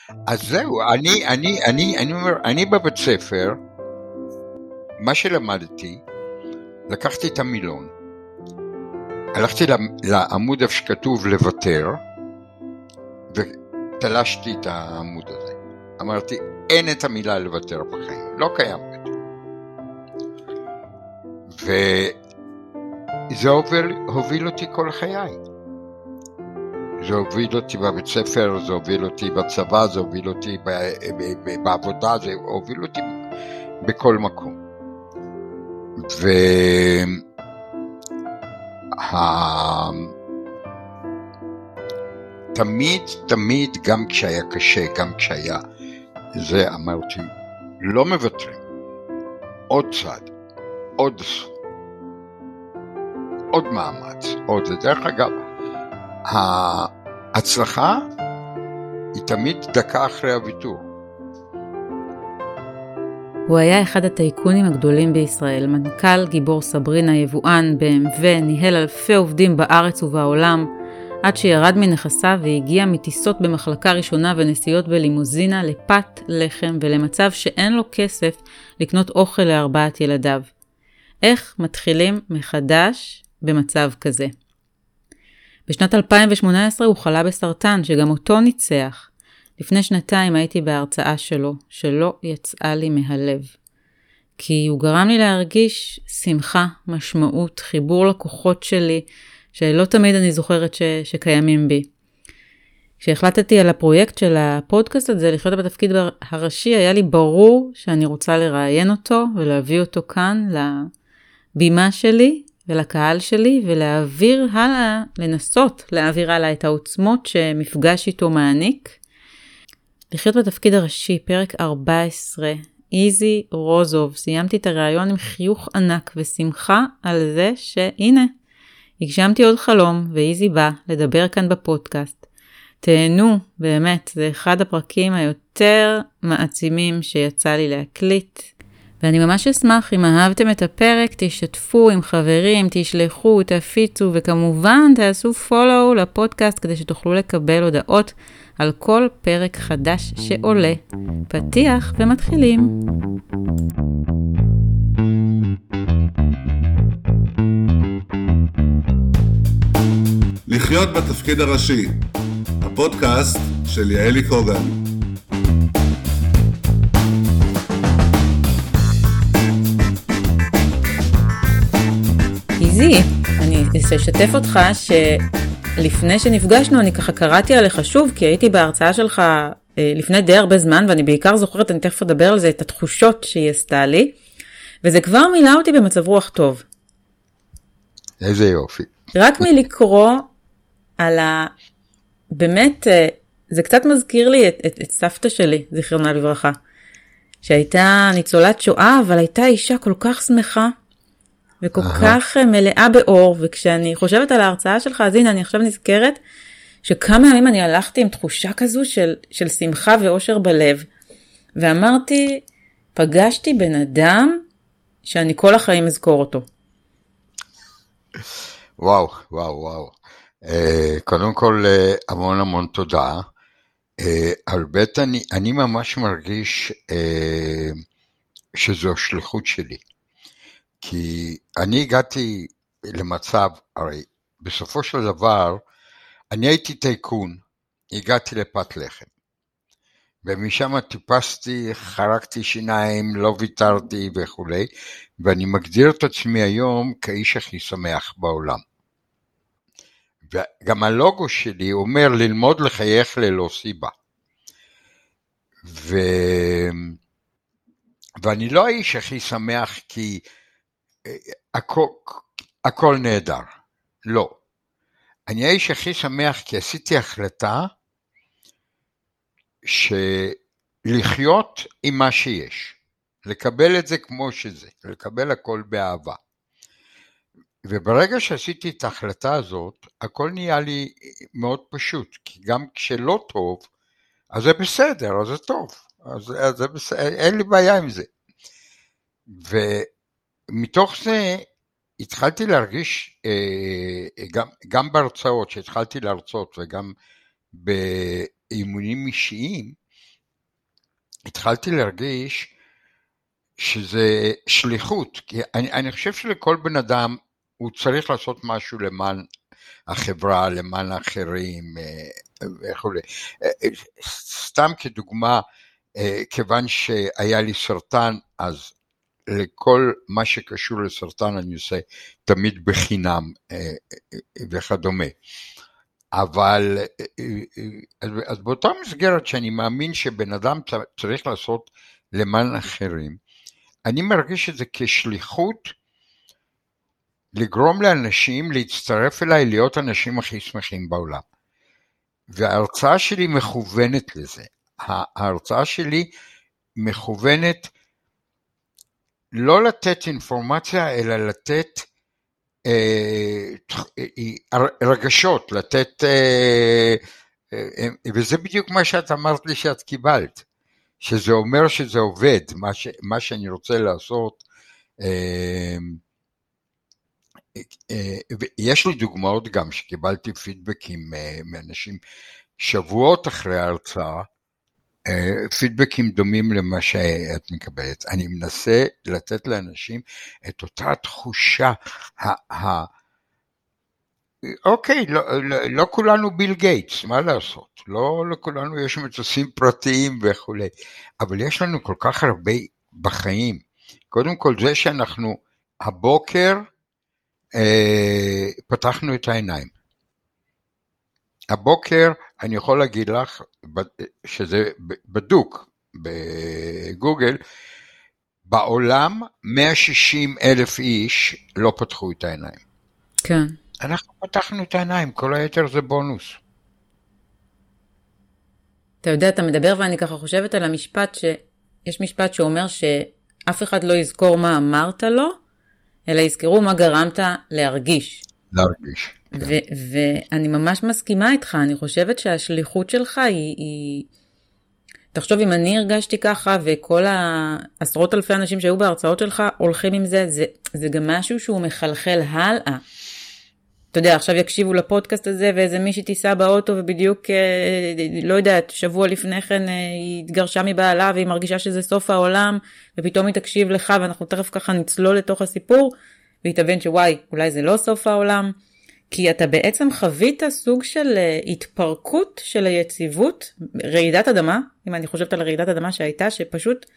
אז זהו, אני אומר, אני בבית ספר, מה שלמדתי, לקחתי את המילון, הלכתי לעמוד איפה שכתוב לוותר, ותלשתי את העמוד הזה. אמרתי, אין את המילה לוותר בחיים, לא קיים. וזה הוביל אותי כל חיי. זה הוביל אותי בבית ספר, זה הוביל אותי בצבא, זה הוביל אותי בעבודה, זה הוביל אותי בכל מקום. תמיד, גם כשהיה קשה, גם כשהיה, זה אמרתי, לא מוותרים. עוד צעד, עוד מאמץ, עוד זה. דרך אגב, ההצלחה היא תמיד דקה אחרי הוויתור. הוא היה אחד הטייקונים הגדולים בישראל, מנכ"ל גיבור סברינה, יבואן BMW, ניהל אלפי עובדים בארץ ובעולם, עד שירד מנכסיו והגיע מטיסות במחלקה ראשונה ונסיעות בלימוזינה לפת לחם ולמצב שאין לו כסף לקנות אוכל לארבעת ילדיו. איך מתחילים מחדש במצב כזה? בשנת 2018 הוא חלה בסרטן שגם אותו ניצח. לפני 2 הייתי בהרצאה שלא יצאה לי מהלב. כי הוא גרם לי להרגיש שמחה, משמעות, חיבור לכוחות שלי, שלא תמיד אני זוכרת שקיימים בי. כשהחלטתי על הפרויקט של הפודקאסט הזה, לחיות בתפקיד הראשי, היה לי ברור שאני רוצה לראיין אותו ולהביא אותו כאן לבימה שלי ולקהל שלי, ולהעביר הלאה, לנסות להעביר הלאה את העוצמות שמפגש איתו מעניק. לחיות בתפקיד הראשי, פרק 14, איזי רוזוב. סיימתי את הראיון עם חיוך ענק ושמחה על זה שהנה, הגשמתי עוד חלום ואיזי בא לדבר כאן בפודקאסט. תהנו, באמת, זה אחד הפרקים היותר מעצימים שיצא לי להקליט. ואני ממש אשמח אם אהבתם את הפרק, תשתפו עם חברים, תשלחו, תפיצו, וכמובן תעשו פולו לפודקאסט כדי שתוכלו לקבל הודעות על כל פרק חדש שעולה. פתיח ומתחילים. לחיות בתפקיד הראשי, הפודקאסט של יעלי קוגן. איזי, אני אשתף אותך שלפני שנפגשנו אני ככה קראתי עליך שוב, כי הייתי בהרצאה שלך לפני די הרבה זמן, ואני בעיקר זוכרת, אני תכף אדבר על זה, את התחושות שהיא עשתה לי, וזה כבר מילא אותי במצב רוח טוב. איזה יופי. רק מלקרוא על באמת, זה קצת מזכיר לי את סבתא שלי, זיכרונה לברכה, שהייתה ניצולת שואה, אבל הייתה אישה כל כך שמחה, וכל כך מלאה באור, וכשאני חושבת על ההרצאה שלך, אז הנה, אני עכשיו נזכרת, שכמה ימים אני הלכתי עם תחושה כזו של שמחה ואושר בלב, ואמרתי, פגשתי בן אדם, שאני כל החיים אזכור אותו. וואו. קודם כל, המון תודה. על בית אני ממש מרגיש שזו השליחות שלי. כי אני הגעתי למצב, הרי בסופו של דבר, אני הייתי טייקון, הגעתי לפת לחם. ומשם טיפסתי, חרקתי שיניים, לא ויתרתי וכו'. ואני מגדיר את עצמי היום כאיש הכי שמח בעולם. וגם הלוגו שלי אומר ללמוד לחייך ללא סיבה. ואני לא האיש הכי שמח כי הכל נהדר. לא. אני האיש הכי שמח כי עשיתי החלטה שלחיות עם מה שיש. לקבל את זה כמו שזה. לקבל הכל באהבה. וברגע שעשיתי את ההחלטה הזאת, הכל נהיה לי מאוד פשוט, כי גם כשלא טוב, אז זה בסדר, אז זה טוב, אז זה בסדר, אין לי בעיה עם זה. ומתוך זה התחלתי להרגיש, גם בהרצאות שהתחלתי להרצות, וגם באימונים אישיים, התחלתי להרגיש שזה שליחות, כי אני חושב שלכל בן אדם הוא צריך לעשות משהו למען החברה, למען האחרים וכו'. סתם כדוגמה, כיוון שהיה לי סרטן, אז לכל מה שקשור לסרטן אני עושה תמיד בחינם וכדומה. אבל אז באותה מסגרת שאני מאמין שבן אדם צריך לעשות למען אחרים, אני מרגיש את זה כשליחות לגרום לאנשים להצטרף אליי, להיות אנשים הכי שמחים בעולם. וההרצאה שלי מכוונת לזה. ההרצאה שלי מכוונת לא לתת אינפורמציה, אלא לתת רגשות, לתת, וזה בדיוק מה שאת אמרת לי שאת קיבלת, שזה אומר שזה עובד, מה שאני רוצה לעשות. יש לי דוגמאות גם שקיבלתי פידבקים מאנשים שבועות אחרי ההרצאה, פידבקים דומים למה שאת מקבלת. אני מנסה לתת לאנשים את אותה תחושה, אוקיי, לא כולנו ביל גייטס, מה לעשות? לא לכולנו יש מטוסים פרטיים וכו', אבל יש לנו כל כך הרבה בחיים. קודם כל זה שאנחנו הבוקר פתחנו את העיניים. הבוקר אני יכול להגיד לך שזה בדוק בגוגל, בעולם 160,000 איש לא פתחו את העיניים. כן. אנחנו פתחנו את העיניים, כל היתר זה בונוס. אתה יודע, אתה מדבר ואני ככה חושבת על המשפט יש משפט שאומר שאף אחד לא יזכור מה אמרת לו, אלא יזכרו מה גרמת להרגיש. להרגיש. ואני ממש מסכימה איתך, אני חושבת שהשליחות שלך היא... תחשוב, אם אני הרגשתי ככה, וכל העשרות אלפי אנשים שהיו בהרצאות שלך הולכים עם זה גם משהו שהוא מחלחל הלאה. אתה יודע, עכשיו יקשיבו לפודקאסט הזה, ואיזה מישהי תיסע באוטו, ובדיוק, לא יודעת, שבוע לפני כן היא התגרשה מבעלה, והיא מרגישה שזה סוף העולם, ופתאום היא תקשיב לך, ואנחנו תכף ככה נצלול לתוך הסיפור, והיא תבין שוואי, אולי זה לא סוף העולם, כי אתה בעצם חווית סוג של התפרקות של היציבות, רעידת אדמה, אם אני חושבת על רעידת אדמה שהייתה, שפשוט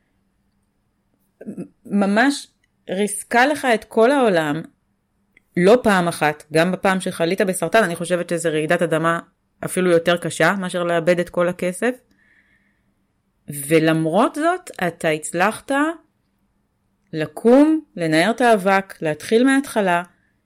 ממש ריסקה לך את כל העולם, לא פעם אחת, גם בפעם שחלית בסרטן, אני חושבת שזה רעידת אדמה אפילו יותר קשה, מאשר לאבד את כל הכסף, ולמרות זאת, אתה הצלחת לקום, לנער את האבק, להתחיל מההתחלה,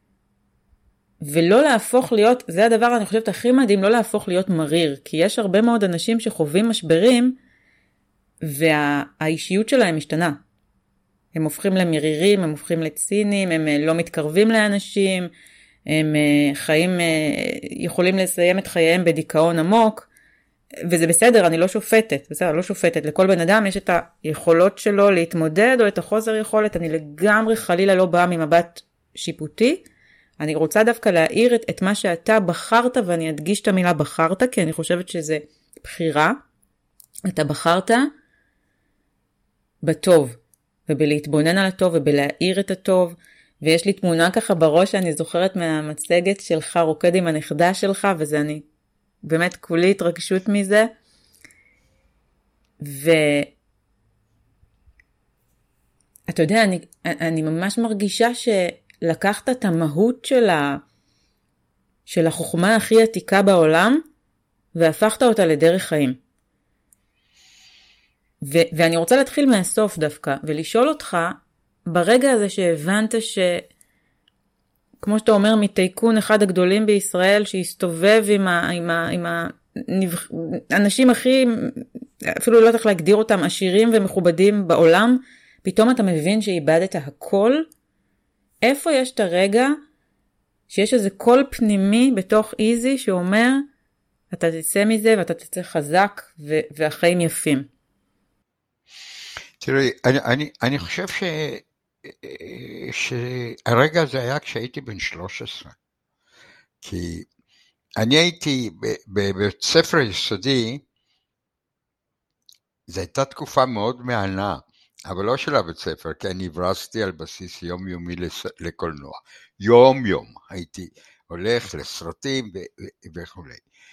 ולא להפוך להיות, זה הדבר אני חושבת הכי מדהים, לא להפוך להיות מריר, כי יש הרבה מאוד אנשים שחווים משברים, והאישיות שלהם משתנה. הם הופכים למרירים, הם הופכים לצינים, הם לא מתקרבים לאנשים, הם חיים, יכולים לסיים את חייהם בדיכאון עמוק, וזה בסדר, אני לא שופטת, בסדר, לא שופטת, לכל בן אדם יש את היכולות שלו להתמודד, או את החוסר יכולת, אני לגמרי חלילה לא באה ממבט שיפוטי, אני רוצה דווקא להעיר את מה שאתה בחרת, ואני אדגיש את המילה בחרת, כי אני חושבת שזה בחירה, אתה בחרת בטוב, ובלהתבונן על הטוב, ובלהעיר את הטוב, ויש לי תמונה ככה בראש, שאני זוכרת מהמצגת שלך, רוקד עם הנכדה שלך, וזה אני באמת כולי התרגשות מזה, ואתה יודע, אני ממש מרגישה שלקחת את המהות של החוכמה הכי עתיקה בעולם, והפכת אותה לדרך חיים. ואני רוצה להתחיל מהסוף דווקא, ולשאול אותך, ברגע הזה שהבנת כמו שאתה אומר, מטייקון אחד הגדולים בישראל, שהסתובב עם האנשים הכי, אפילו לא צריך להגדיר אותם, עשירים ומכובדים בעולם, פתאום אתה מבין שאיבדת הכל. איפה יש את הרגע שיש איזה קול פנימי בתוך איזי שאומר, אתה תצא מזה ואתה תצא חזק והחיים יפים? תראי, אני חושב שהרגע הזה היה כשהייתי בן 13, כי אני הייתי בבית ספר יסודי, זו הייתה תקופה מאוד מענה, אבל לא של הבית ספר, כי אני הברזתי על בסיס יומיומי לקולנוע. יום הייתי הולך לסרטים וכו'.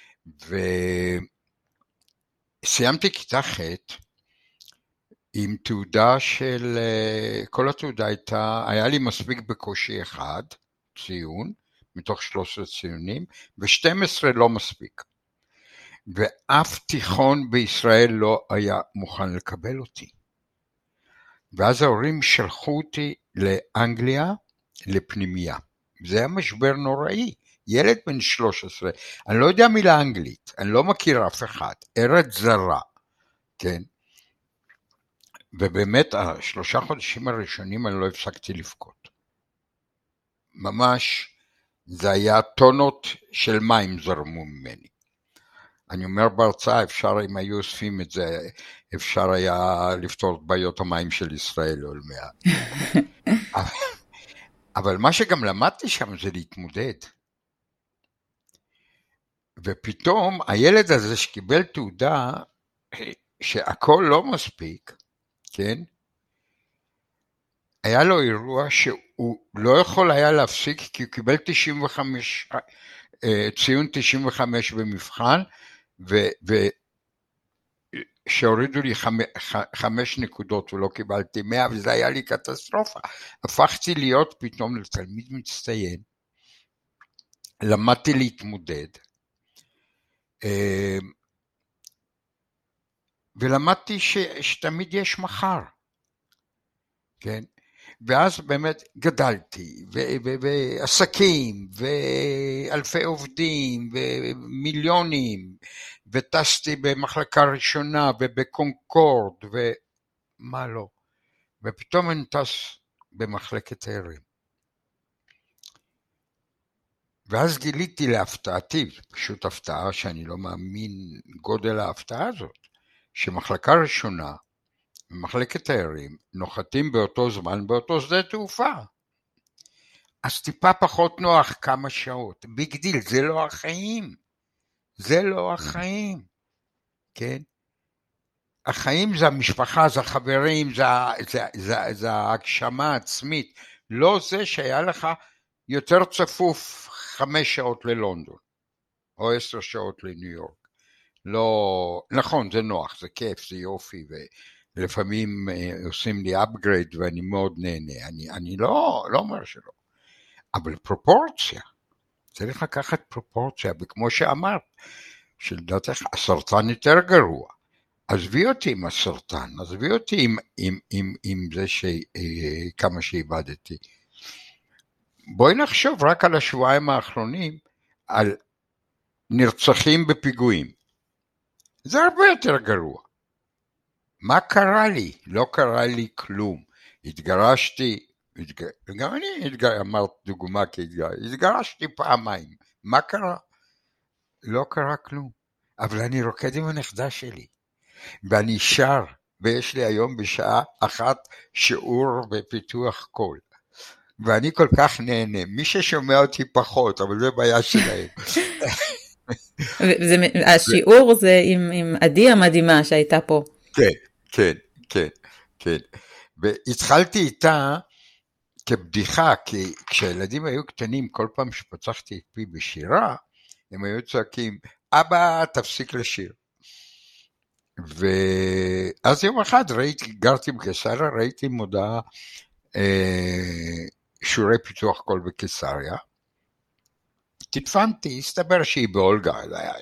וסיימתי כיתה ח' עם תעודה של, כל התעודה היה לי מספיק בקושי אחד ציון, מתוך 13 ציונים, ו12 לא מספיק. ואף תיכון בישראל לא היה מוכן לקבל אותי. ואז ההורים שלחו אותי לאנגליה, לפנימייה. זה היה משבר נוראי. ילד בן 13, אני לא יודע מילה אנגלית, אני לא מכיר אף אחד, ארץ זרה, כן? ובאמת, 3 חודשים הראשונים אני לא הפסקתי לבכות. ממש, זה היה טונות של מים זרמו ממני. אני אומר בהרצאה, אפשר, אם היו אוספים את זה, אפשר היה לפתור את בעיות המים של ישראל עוד מעט. אבל מה שגם למדתי שם זה להתמודד. ופתאום הילד הזה שקיבל תעודה, שהכל לא מספיק, כן? היה לו אירוע שהוא לא יכול היה להפסיק, כי הוא קיבל 95, ציון 95 במבחן, שהורידו לי 5 נקודות ולא קיבלתי 100, וזה היה לי קטסטרופה. הפכתי להיות פתאום לתלמיד מצטיין, למדתי להתמודד, ולמדתי שתמיד יש מחר, כן? ואז באמת גדלתי, ועסקים, ואלפי עובדים, ומיליונים, וטסתי במחלקה ראשונה, ובקונקורד, ומה לא. ופתאום אני טס במחלקת תיירים. ואז גיליתי להפתעתי, פשוט הפתעה שאני לא מאמין גודל ההפתעה הזאת, שמחלקה ראשונה, במחלקת תיירים, נוחתים באותו זמן, באותו שדה תעופה. אז טיפה פחות נוח כמה שעות. ביג דיל, זה לא החיים. זה לא החיים. כן? החיים זה המשפחה, זה החברים, זה ההגשמה העצמית. לא זה שהיה לך יותר צפוף 5 שעות ללונדון, או 10 שעות לניו יורק. לא, נכון, זה נוח, זה כיף, זה יופי, ולפעמים עושים לי upgrade ואני מאוד נהנה. אני לא אומר שלא. אבל פרופורציה, צריך לקחת פרופורציה, וכמו שאמרת, שלדעתך הסרטן יותר גרוע. עזבי אותי עם הסרטן, עזבי אותי עם זה כמה שאיבדתי. בואי נחשוב רק על השבועיים האחרונים, על נרצחים בפיגועים. זה הרבה יותר גרוע. מה קרה לי? לא קרה לי כלום. התגרשתי, וגם אני אמרת דוגמה התגרשתי פעמיים. מה קרה? לא קרה כלום. אבל אני רוקד עם הנכדה שלי. ואני שר, ויש לי היום בשעה 1 שיעור בפיתוח קול. ואני כל כך נהנה. מי ששומע אותי פחות, אבל זה בעיה שלהם. השיעור זה עם עדי המדהימה שהייתה פה. כן. והתחלתי איתה כבדיחה, כי כשהילדים היו קטנים, כל פעם שפצחתי את פי בשירה, הם היו צועקים, אבא תפסיק לשיר. ואז יום אחד גרתי בקיסריה, ראיתי מודעה, שיעורי פיתוח קול בקיסריה, תדפנתי, הסתבר שהיא באולגה, זה היה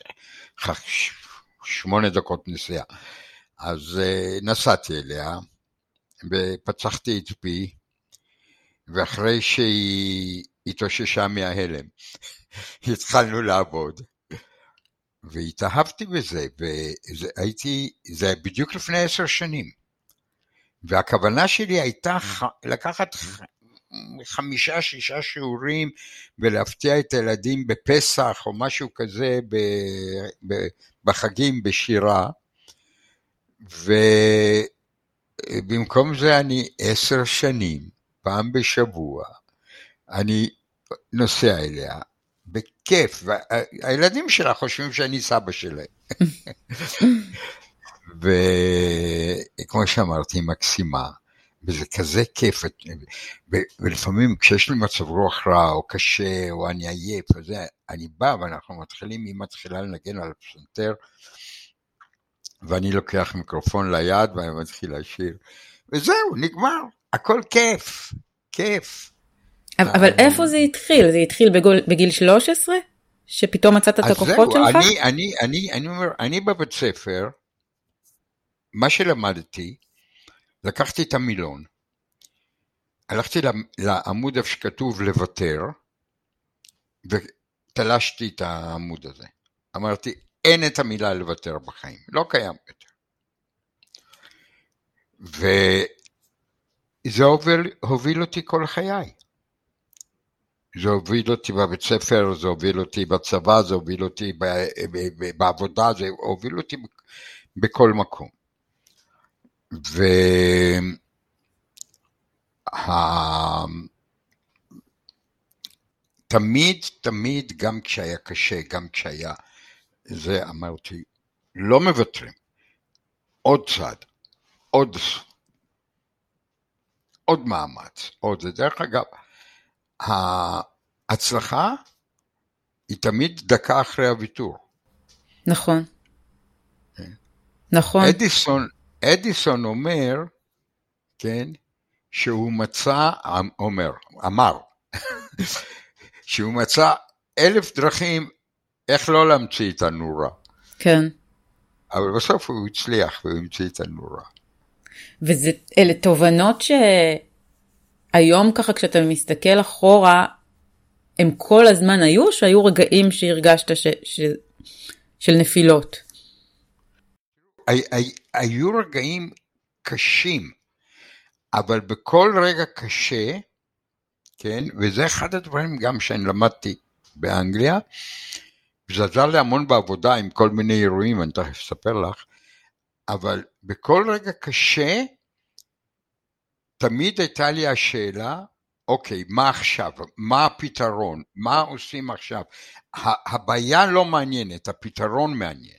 8 דקות נסיעה, אז נסעתי אליה, ופצחתי את פי, ואחרי שהיא התאוששה מההלם, התחלנו לעבוד, והתאהבתי בזה, זה בדיוק לפני 10 שנים, והכוונה שלי הייתה לקחת 5-6 שיעורים, ולהפתיע את הילדים בפסח, או משהו כזה, בחגים, בשירה, ובמקום זה אני 10 שנים, פעם בשבוע, אני נוסע אליה, בכיף, והילדים שלה חושבים שאני סבא שלהם. וכמו שאמרתי, היא מקסימה, וזה כזה כיף, ולפעמים כשיש לי מצב רוח רע, או קשה, או אני עייף, וזה, אני בא, ואנחנו מתחילים, היא מתחילה לנגן על הפסנתר, ואני לוקח מיקרופון ליד, ואני מתחיל לשיר, וזהו, נגמר, הכל כיף, כיף. אבל איפה זה התחיל? זה התחיל בגיל 13? שפתאום מצאת את הכוחות שלך? אני אומר, אני בבית ספר, מה שלמדתי, לקחתי את המילון, הלכתי לעמוד איפה שכתוב לוותר, ותלשתי את העמוד הזה. אמרתי, אין את המילה לוותר בחיים, לא קיים יותר. וזה הוביל אותי כל חיי. זה הוביל אותי בבית ספר, זה הוביל אותי בצבא, זה הוביל אותי בעבודה, זה הוביל אותי בכל מקום. תמיד, גם כשהיה קשה, גם כשהיה, זה אמרתי, לא מוותרים. עוד צעד, עוד מאמץ, זה דרך אגב, ההצלחה היא תמיד דקה אחרי הוויתור. נכון. נכון. אדיסון אומר, כן, שהוא אמר, שהוא מצא 1,000 דרכים איך לא להמציא את הנורה. כן. אבל בסוף הוא הצליח והוא המציא את הנורה. אלה תובנות שהיום ככה כשאתה מסתכל אחורה, הם כל הזמן היו, שהיו רגעים שהרגשת של נפילות? היו רגעים קשים, אבל בכל רגע קשה, כן, וזה אחד הדברים גם שאני למדתי באנגליה, וזה עזר לי המון בעבודה עם כל מיני אירועים, אני תכף אספר לך, אבל בכל רגע קשה, תמיד הייתה לי השאלה, אוקיי, מה עכשיו? מה הפתרון? מה עושים עכשיו? הבעיה לא מעניינת, הפתרון מעניין.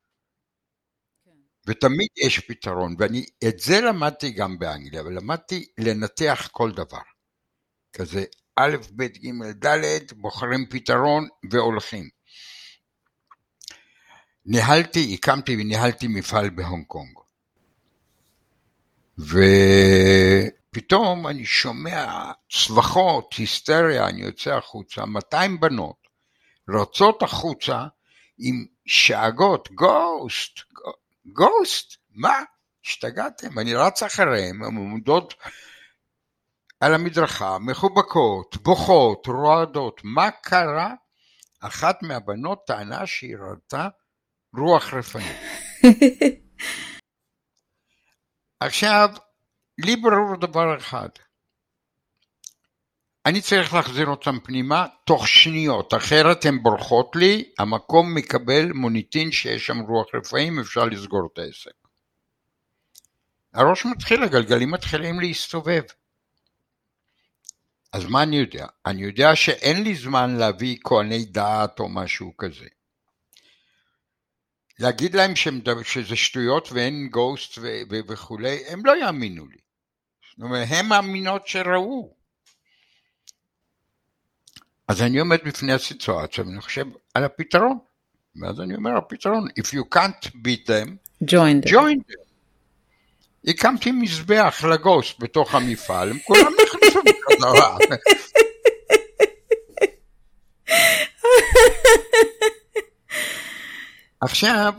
ותמיד יש פתרון, ואני את זה למדתי גם באנגליה, ולמדתי לנתח כל דבר. כזה א', ב', ג', ד', בוחרים פתרון והולכים. הקמתי וניהלתי מפעל בהונג קונג. ופתאום אני שומע צווחות, היסטריה, אני יוצא החוצה, 200 בנות רצות החוצה עם שאגות, גוסט, מה? השתגעתם, אני רץ אחריהם, הן עומדות על המדרכה, מחובקות, בוכות, רועדות, מה קרה? אחת מהבנות טענה שהיא ראתה רוח רפאים. עכשיו, לי ברור דבר אחד, אני צריך להחזיר אותם פנימה תוך שניות, אחרת הן בורחות לי, המקום מקבל מוניטין שיש שם רוח רפאים, אפשר לסגור את העסק. הראש מתחיל, הגלגלים מתחילים להסתובב. אז מה אני יודע? אני יודע שאין לי זמן להביא כהני דעת או משהו כזה. להגיד להם שזה שטויות ואין גוסט וכולי, הם לא יאמינו לי. זאת אומרת, הם מאמינות שראו. אז אני עומד בפני הסיטואציה, ואני חושב על הפתרון. ואז אני אומר, הפתרון, if you can't beat them, join them. הקמתי מזבח לגוסט בתוך המפעל, הם כולם נכנסו בחזרה. עכשיו,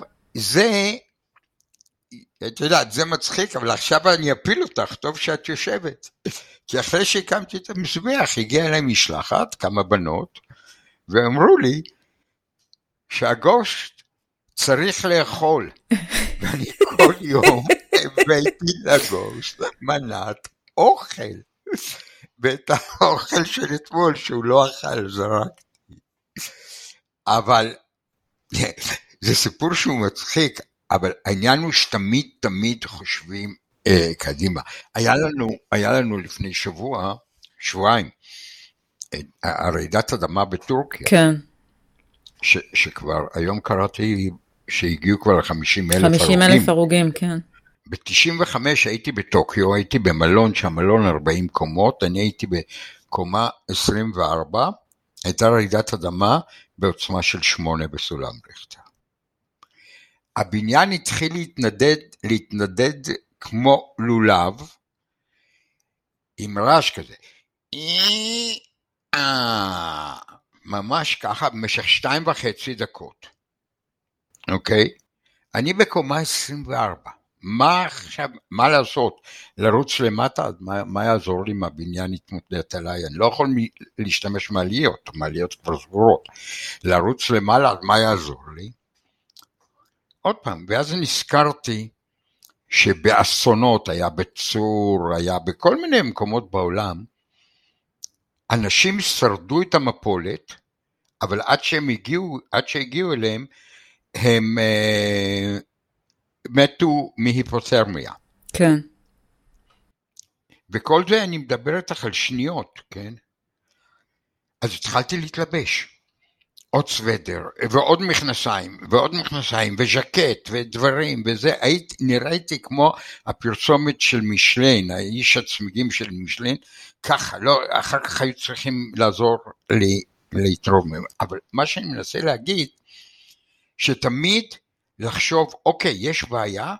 את יודעת, זה מצחיק, אבל עכשיו אני אפיל אותך, טוב שאת יושבת. כי אחרי שהקמתי את המזבח, הגיעה אליי משלחת, כמה בנות, ואמרו לי, שהגוסט צריך לאכול. ואני כל יום הבאתי לגוסט מנת אוכל. ואת האוכל של אתמול, שהוא לא אכל, זרקתי. אבל, זה סיפור שהוא מצחיק, אבל העניין הוא שתמיד חושבים קדימה. היה לנו לפני שבועיים, הרעידת אדמה בטורקיה. כן. שכבר היום קראתי שהגיעו כבר ל-50,000 הרוגים. 50,000 הרוגים, כן. ב-95 הייתי בטוקיו, הייתי במלון, שהמלון 40 קומות, אני הייתי בקומה 24, הייתה רעידת אדמה בעוצמה של 8 בסולם ריכטר. הבניין התחיל להתנדד כמו לולב, עם רעש כזה. ממש ככה, במשך 2.5 דקות. אוקיי? אני בקומה 24. מה עכשיו, מה לעשות? לרוץ למטה, מה יעזור לי אם הבניין יתמודד עליי? אני לא יכול להשתמש מעליות כבר סגורות. לרוץ למעלה, מה יעזור לי? עוד פעם, ואז נזכרתי שבאסונות, היה בצור, היה בכל מיני מקומות בעולם, אנשים שרדו את המפולת, אבל עד שהגיעו אליהם, הם מתו מהיפותרמיה. כן. וכל זה אני מדבר איתך על שניות, כן? אז התחלתי להתלבש. עוד סוודר, ועוד מכנסיים, וז'קט, ודברים, וזה, נראיתי כמו הפרסומת של משלן, האיש הצמיגים של משלן, ככה, לא, אחר כך היו צריכים לעזור לי להתרומם. אבל מה שאני מנסה להגיד, שתמיד לחשוב, אוקיי, יש בעיה,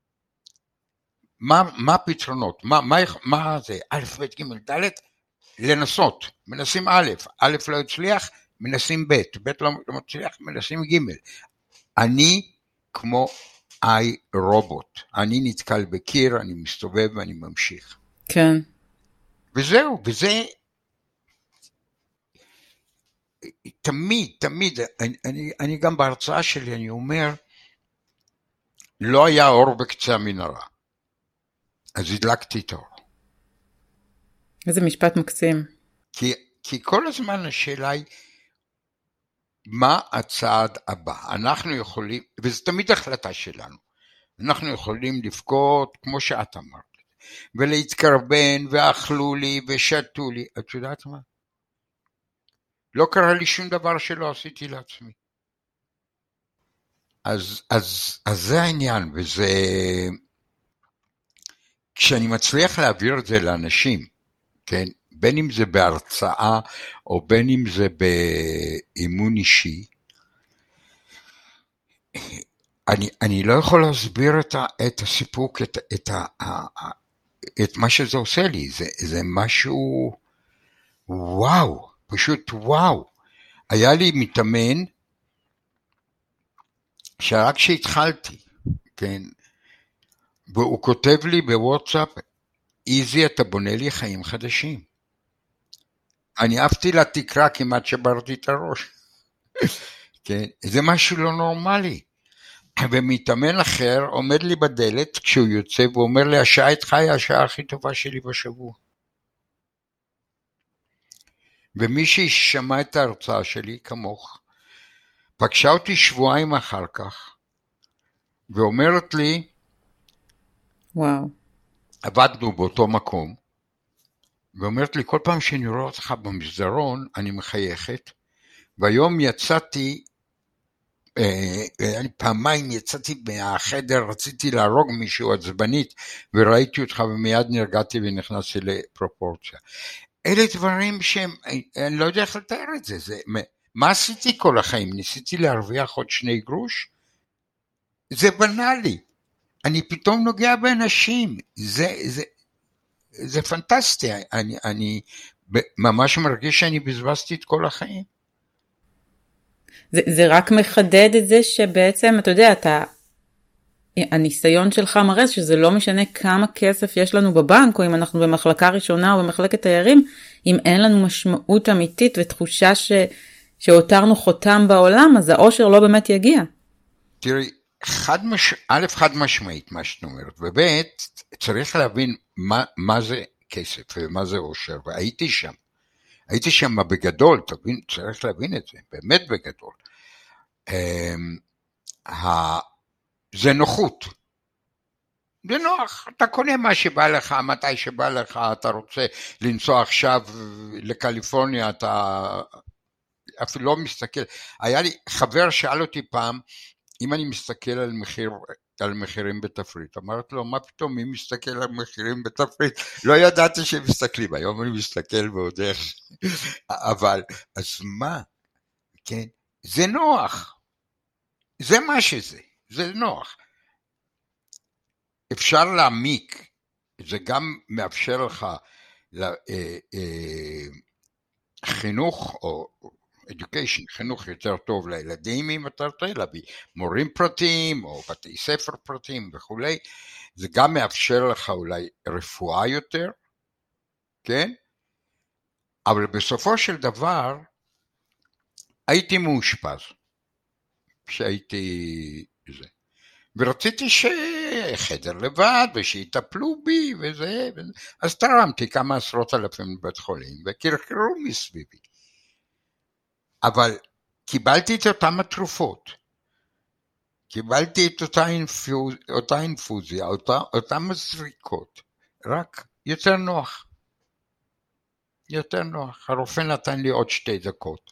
מה הפתרונות? מה זה? א', ב', ג', ד', לנסות, מנסים א' לא הצליח, מנסים ב' לא מצליח, מנסים ג'. אני כמו רובוט, אני נתקל בקיר, אני מסתובב ואני ממשיך. כן. וזהו, וזה תמיד, אני גם בהרצאה שלי, אני אומר, לא היה אור בקצה המנהרה, אז הדלקתי את האור. איזה משפט מקסים. כי כל הזמן השאלה היא, מה הצעד הבא? אנחנו יכולים, וזו תמיד החלטה שלנו, אנחנו יכולים לבכות, כמו שאת אמרת, ולהתקרבן, ואכלו לי, ושתו לי, את יודעת מה? לא קרה לי שום דבר שלא עשיתי לעצמי. אז זה העניין, וזה, כשאני מצליח להעביר את זה לאנשים, כן, בין אם זה בהרצאה, או בין אם זה באימון אישי, אני לא יכול להסביר את הסיפוק, את מה שזה עושה לי, זה משהו, וואו, פשוט וואו. היה לי מתאמן, שרק שהתחלתי, כן, והוא כותב לי בוואטסאפ, איזי, אתה בונה לי חיים חדשים. אני עפתי לתקרה, כמעט שברתי את הראש. כן, זה משהו לא נורמלי. ומתאמן אחר עומד לי בדלת כשהוא יוצא, והוא אומר לי, השעה איתך היא השעה הכי טובה שלי בשבוע. ומי ששמע את ההרצאה שלי, כמוך, פגשה אותי שבועיים אחר כך, ואומרת לי, וואו. עבדנו באותו מקום, ואומרת לי, כל פעם שאני רואה אותך במסדרון, אני מחייכת, והיום יצאתי, פעמיים יצאתי מהחדר, רציתי להרוג מישהו עצבנית, וראיתי אותך ומיד נרגעתי ונכנסתי לפרופורציה. אלה דברים שהם, אני לא יודע איך לתאר את זה, מה עשיתי כל החיים? ניסיתי להרוויח עוד 2 גרוש? זה בנאלי. אני פתאום נוגע באנשים, זה פנטסטי, אני ממש מרגיש שאני בזבזתי את כל החיים. זה רק מחדד את זה שבעצם, אתה יודע, הניסיון שלך מראה שזה לא משנה כמה כסף יש לנו בבנק, או אם אנחנו במחלקה ראשונה או במחלקת תיירים, אם אין לנו משמעות אמיתית ותחושה שהותרנו חותם בעולם, אז האושר לא באמת יגיע. תראי, א', חד משמעית מה שאת אומרת, וב', צריך להבין מה זה כסף ומה זה אושר, והייתי שם בגדול, תבין, צריך להבין את זה, באמת בגדול. זה נוחות. זה נוח, אתה קונה מה שבא לך, מתי שבא לך, אתה רוצה לנסוע עכשיו לקליפורניה, אתה אפילו לא מסתכל. היה לי חבר שאל אותי פעם, אם אני מסתכל על מחירים בתפריט, אמרתי לו, מה פתאום, מי מסתכל על מחירים בתפריט? לא ידעתי שהם מסתכלים, היום אני מסתכל ועוד איך, אבל, אז מה? כן, זה נוח, זה מה שזה, זה נוח. אפשר להעמיק, זה גם מאפשר לך חינוך או education, חינוך יותר טוב לילדים אם אתה רוצה להביא מורים פרטיים או בתי ספר פרטיים וכולי, זה גם מאפשר לך אולי רפואה יותר, כן? אבל בסופו של דבר הייתי מאושפז, שהייתי זה. ורציתי שחדר לבד ושיטפלו בי וזה, אז תרמתי כמה עשרות אלפים בבית חולים וקרקרו מסביבי. אבל קיבלתי את אותם התרופות, קיבלתי את אותה אינפוזיה, אותם הזריקות, רק יותר נוח. יותר נוח. הרופא נתן לי עוד 2 דקות.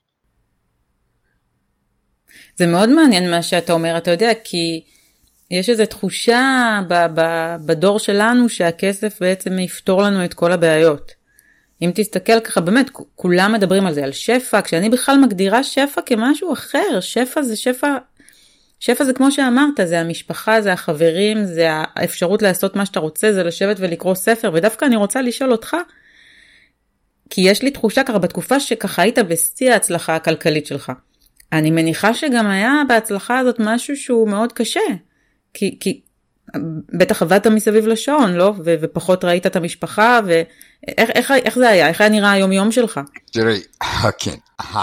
זה מאוד מעניין מה שאתה אומר, אתה יודע, כי יש איזו תחושה בדור שלנו שהכסף בעצם יפתור לנו את כל הבעיות. אם תסתכל ככה, באמת, כולם מדברים על זה, על שפע, כשאני בכלל מגדירה שפע כמשהו אחר, שפע זה כמו שאמרת, זה המשפחה, זה החברים, זה האפשרות לעשות מה שאתה רוצה, זה לשבת ולקרוא ספר, ודווקא אני רוצה לשאול אותך, כי יש לי תחושה ככה, בתקופה שככה היית בשיא ההצלחה הכלכלית שלך, אני מניחה שגם היה בהצלחה הזאת משהו שהוא מאוד קשה, כי בטח עבדת מסביב לשעון, לא? ופחות ראית את המשפחה, איך זה היה? איך היה נראה היום-יום שלך? תראי, כן,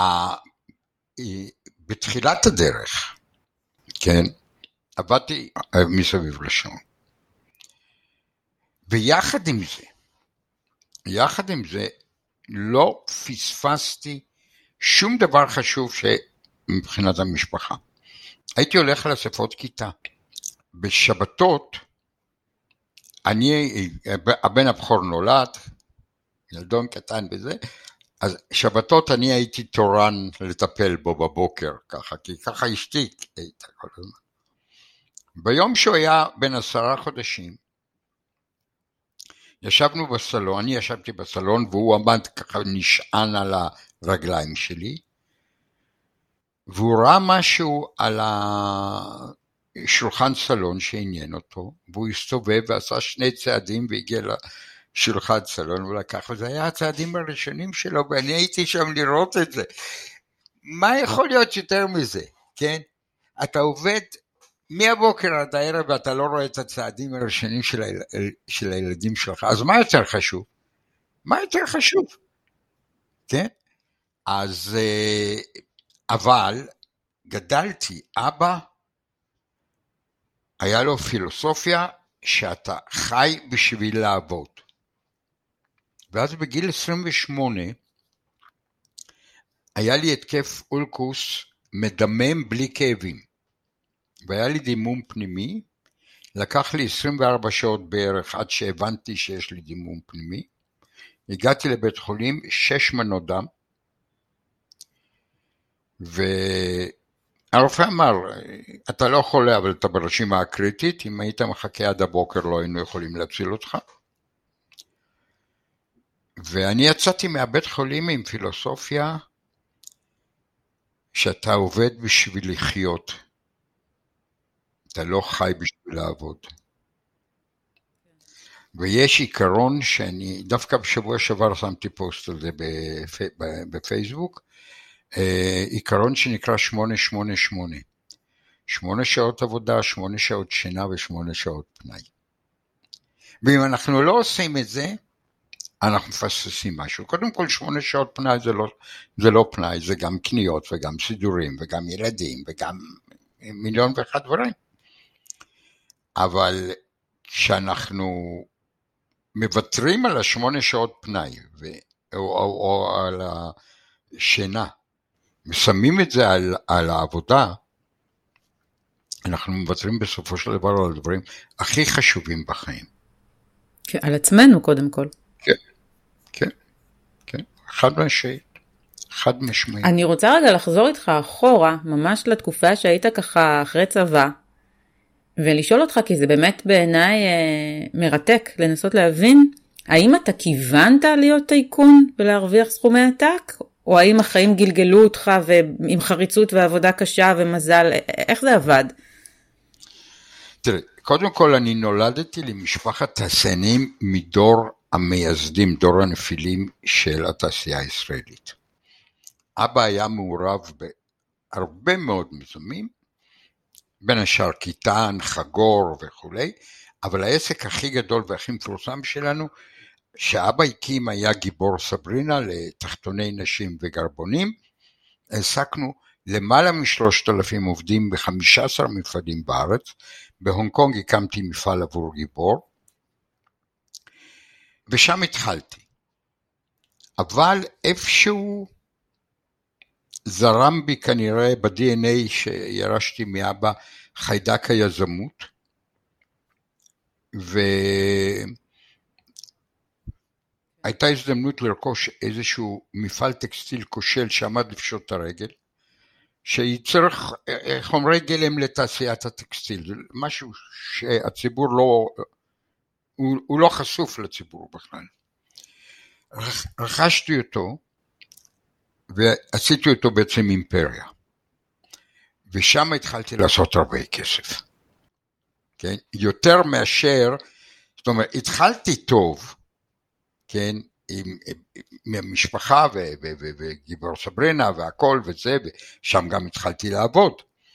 בתחילת הדרך, כן, עבדתי מסביב לשעון. ויחד עם זה, לא פספסתי שום דבר חשוב מבחינת המשפחה. הייתי הולך לאספות כיתה. בשבתות, הבן הבכור נולד, ילדון קטן בזה, אז שבתות אני הייתי תורן לטפל בו בבוקר, ככה, כי ככה אשתי הייתה כל הזמן. ביום שהוא היה בן 10 חודשים, ישבנו בסלון, אני ישבתי בסלון, והוא עמד ככה נשען על הרגליים שלי, והוא ראה משהו על שולחן סלון שעניין אותו, והוא הסתובב ועשה 2 צעדים והגיע לשולחן סלון, הוא לקח, וזה היה הצעדים הראשונים שלו, ואני הייתי שם לראות את זה. מה יכול להיות יותר מזה, כן? אתה עובד מהבוקר עד הערב, ואתה לא רואה את הצעדים הראשונים של הילדים שלך, אז מה יותר חשוב? מה יותר חשוב? כן? אז, אבל גדלתי, אבא, היה לו פילוסופיה שאתה חי בשביל לעבוד. ואז בגיל 28, היה לי התקף אולקוס מדמם בלי כאבים. והיה לי דימום פנימי, לקח לי 24 שעות בערך עד שהבנתי שיש לי דימום פנימי. הגעתי לבית חולים, 6 מנות דם, הרופא אמר, אתה לא חולה, אבל אתה ברשימה הקריטית, אם היית מחכה עד הבוקר לא היינו יכולים להציל אותך. ואני יצאתי מהבית חולים עם פילוסופיה, שאתה עובד בשביל לחיות, אתה לא חי בשביל לעבוד. ויש עיקרון שאני, דווקא בשבוע שעבר שמתי פוסט על זה בפייסבוק, עיקרון שנקרא 888, 8 שעות עבודה, 8 שעות שינה ו8 שעות פנאי. ואם אנחנו לא עושים את זה, אנחנו מפספסים משהו. קודם כל 8 שעות פנאי זה לא פנאי, זה גם קניות וגם סידורים וגם ילדים וגם 1,001,000 דברים. אבל כשאנחנו מוותרים על 8 שעות פנאי או על השינה, ושמים את זה על העבודה, אנחנו מוותרים בסופו של דבר על הדברים הכי חשובים בחיים. על עצמנו קודם כל. כן, כן, כן, חד משמעית, חד משמעית. אני רוצה רגע לחזור איתך אחורה, ממש לתקופה שהיית ככה אחרי צבא, ולשאול אותך, כי זה באמת בעיניי מרתק, לנסות להבין, האם אתה כיוונת להיות טייקון ולהרוויח סכומי עתק, או האם החיים גלגלו אותך עם חריצות ועבודה קשה ומזל, איך זה עבד? תראה, קודם כל אני נולדתי למשפחת תעשיינים מדור המייסדים, דור הנפילים של התעשייה הישראלית. אבא היה מעורב בהרבה מאוד מיזמים, בין השאר קיטן, חגור וכו', אבל העסק הכי גדול והכי מפורסם שלנו, שאבא הקים היה גיבור סברינה לתחתוני נשים וגרבונים, העסקנו למעלה מ3,000 עובדים ב15 מפעלים בארץ, בהונג קונג הקמתי מפעל עבור גיבור, ושם התחלתי. אבל איפשהו זרם בי כנראה ב-DNA שירשתי מאבא חיידק היזמות, והייתה הזדמנות לרכוש איזשהו מפעל טקסטיל כושל שעמד לפשוט את הרגל, שייצר חומרי גלם לתעשיית הטקסטיל, זה משהו שהציבור הוא לא חשוף לציבור בכלל. רכשתי אותו, ועשיתי אותו בעצם אימפריה, ושם התחלתי לעשות הרבה כסף, כן? יותר מאשר, זאת אומרת, התחלתי טוב, כן? עם המשפחה וגיבור סברינה והכל וזה, ושם גם התחלתי לעבוד,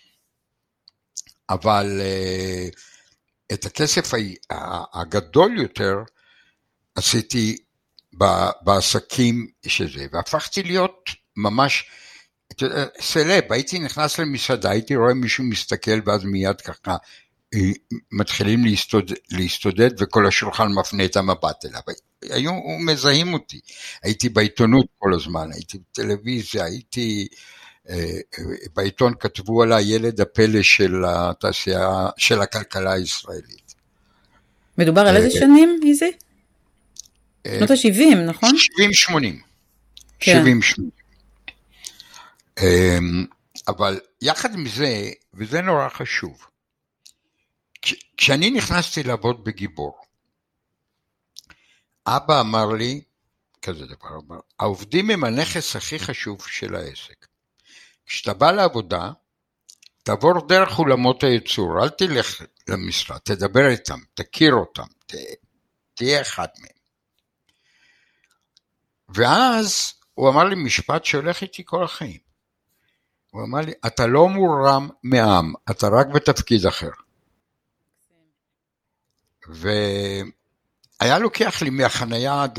אבל את הכסף הגדול יותר עשיתי בעסקים שזה, והפכתי להיות ממש סלב. הייתי נכנס למסעדה, הייתי רואה מישהו מסתכל, ואז מיד ככה מתחילים להסתודד, וכל השולחן מפנה את המבט אליו. היו מזהים אותי. הייתי בעיתונות כל הזמן, הייתי בטלוויזיה, הייתי בעיתון כתבו על הילד הפלא של התעשייה, של הכלכלה הישראלית. מדובר על איזה שנים, איזי? שנות ה-70, נכון? 70-80. כן. 70-80. אבל יחד עם זה, וזה נורא חשוב, כשאני נכנסתי לעבוד בגיבור, אבא אמר לי, כזה דבר, העובדים הם הנכס הכי חשוב של העסק. כשאתה בא לעבודה, תעבור דרך אולמות הייצור, אל תלך למשרד, תדבר איתם, תכיר אותם, תהיה אחד מהם. ואז הוא אמר לי משפט שהולך איתי כל החיים. הוא אמר לי, אתה לא מורם מעם, אתה רק בתפקיד אחר. והיה לוקח לי מהחנייה עד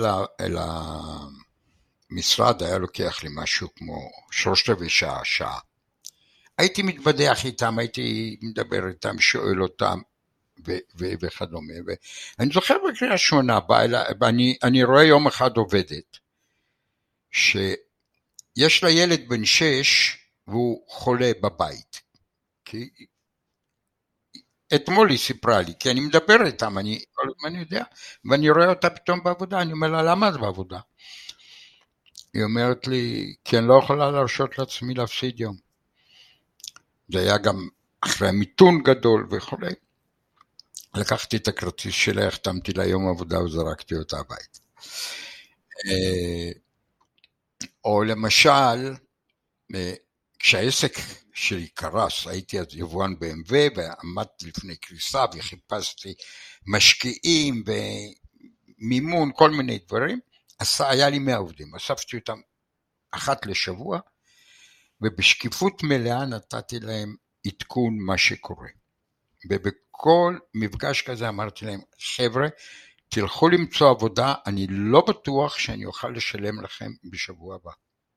למשרד, היה לוקח לי משהו כמו 3/4 שעה. הייתי מתבדח איתם, הייתי מדבר איתם, שואל אותם, וכדומה. ואני זוכר בקריית שמונה, אני רואה יום אחד עובדת, שיש לה ילד בן 6, והוא חולה בבית. כי אתמול היא סיפרה לי, כי אני מדבר איתם, אני יודע, ואני רואה אותה פתאום בעבודה, אני אומר לה, למה את בעבודה? היא אומרת לי, כי אני לא יכולה להרשות לעצמי להפסיד יום. זה היה גם אחרי מיתון גדול וכו'. לקחתי את הכרטיס שלה, החתמתי לה יום עבודה וזרקתי אותה הבית. או למשל, כשהעסק שלי קרס, הייתי אז יבואן BMW, ועמדתי לפני קריסה, וחיפשתי משקיעים, ומימון, כל מיני דברים, היה לי 100 עובדים, אספתי אותם אחת לשבוע, ובשקיפות מלאה נתתי להם עדכון מה שקורה. ובכל מפגש כזה אמרתי להם, חבר'ה, תלכו למצוא עבודה, אני לא בטוח שאני אוכל לשלם לכם בשבוע הבא.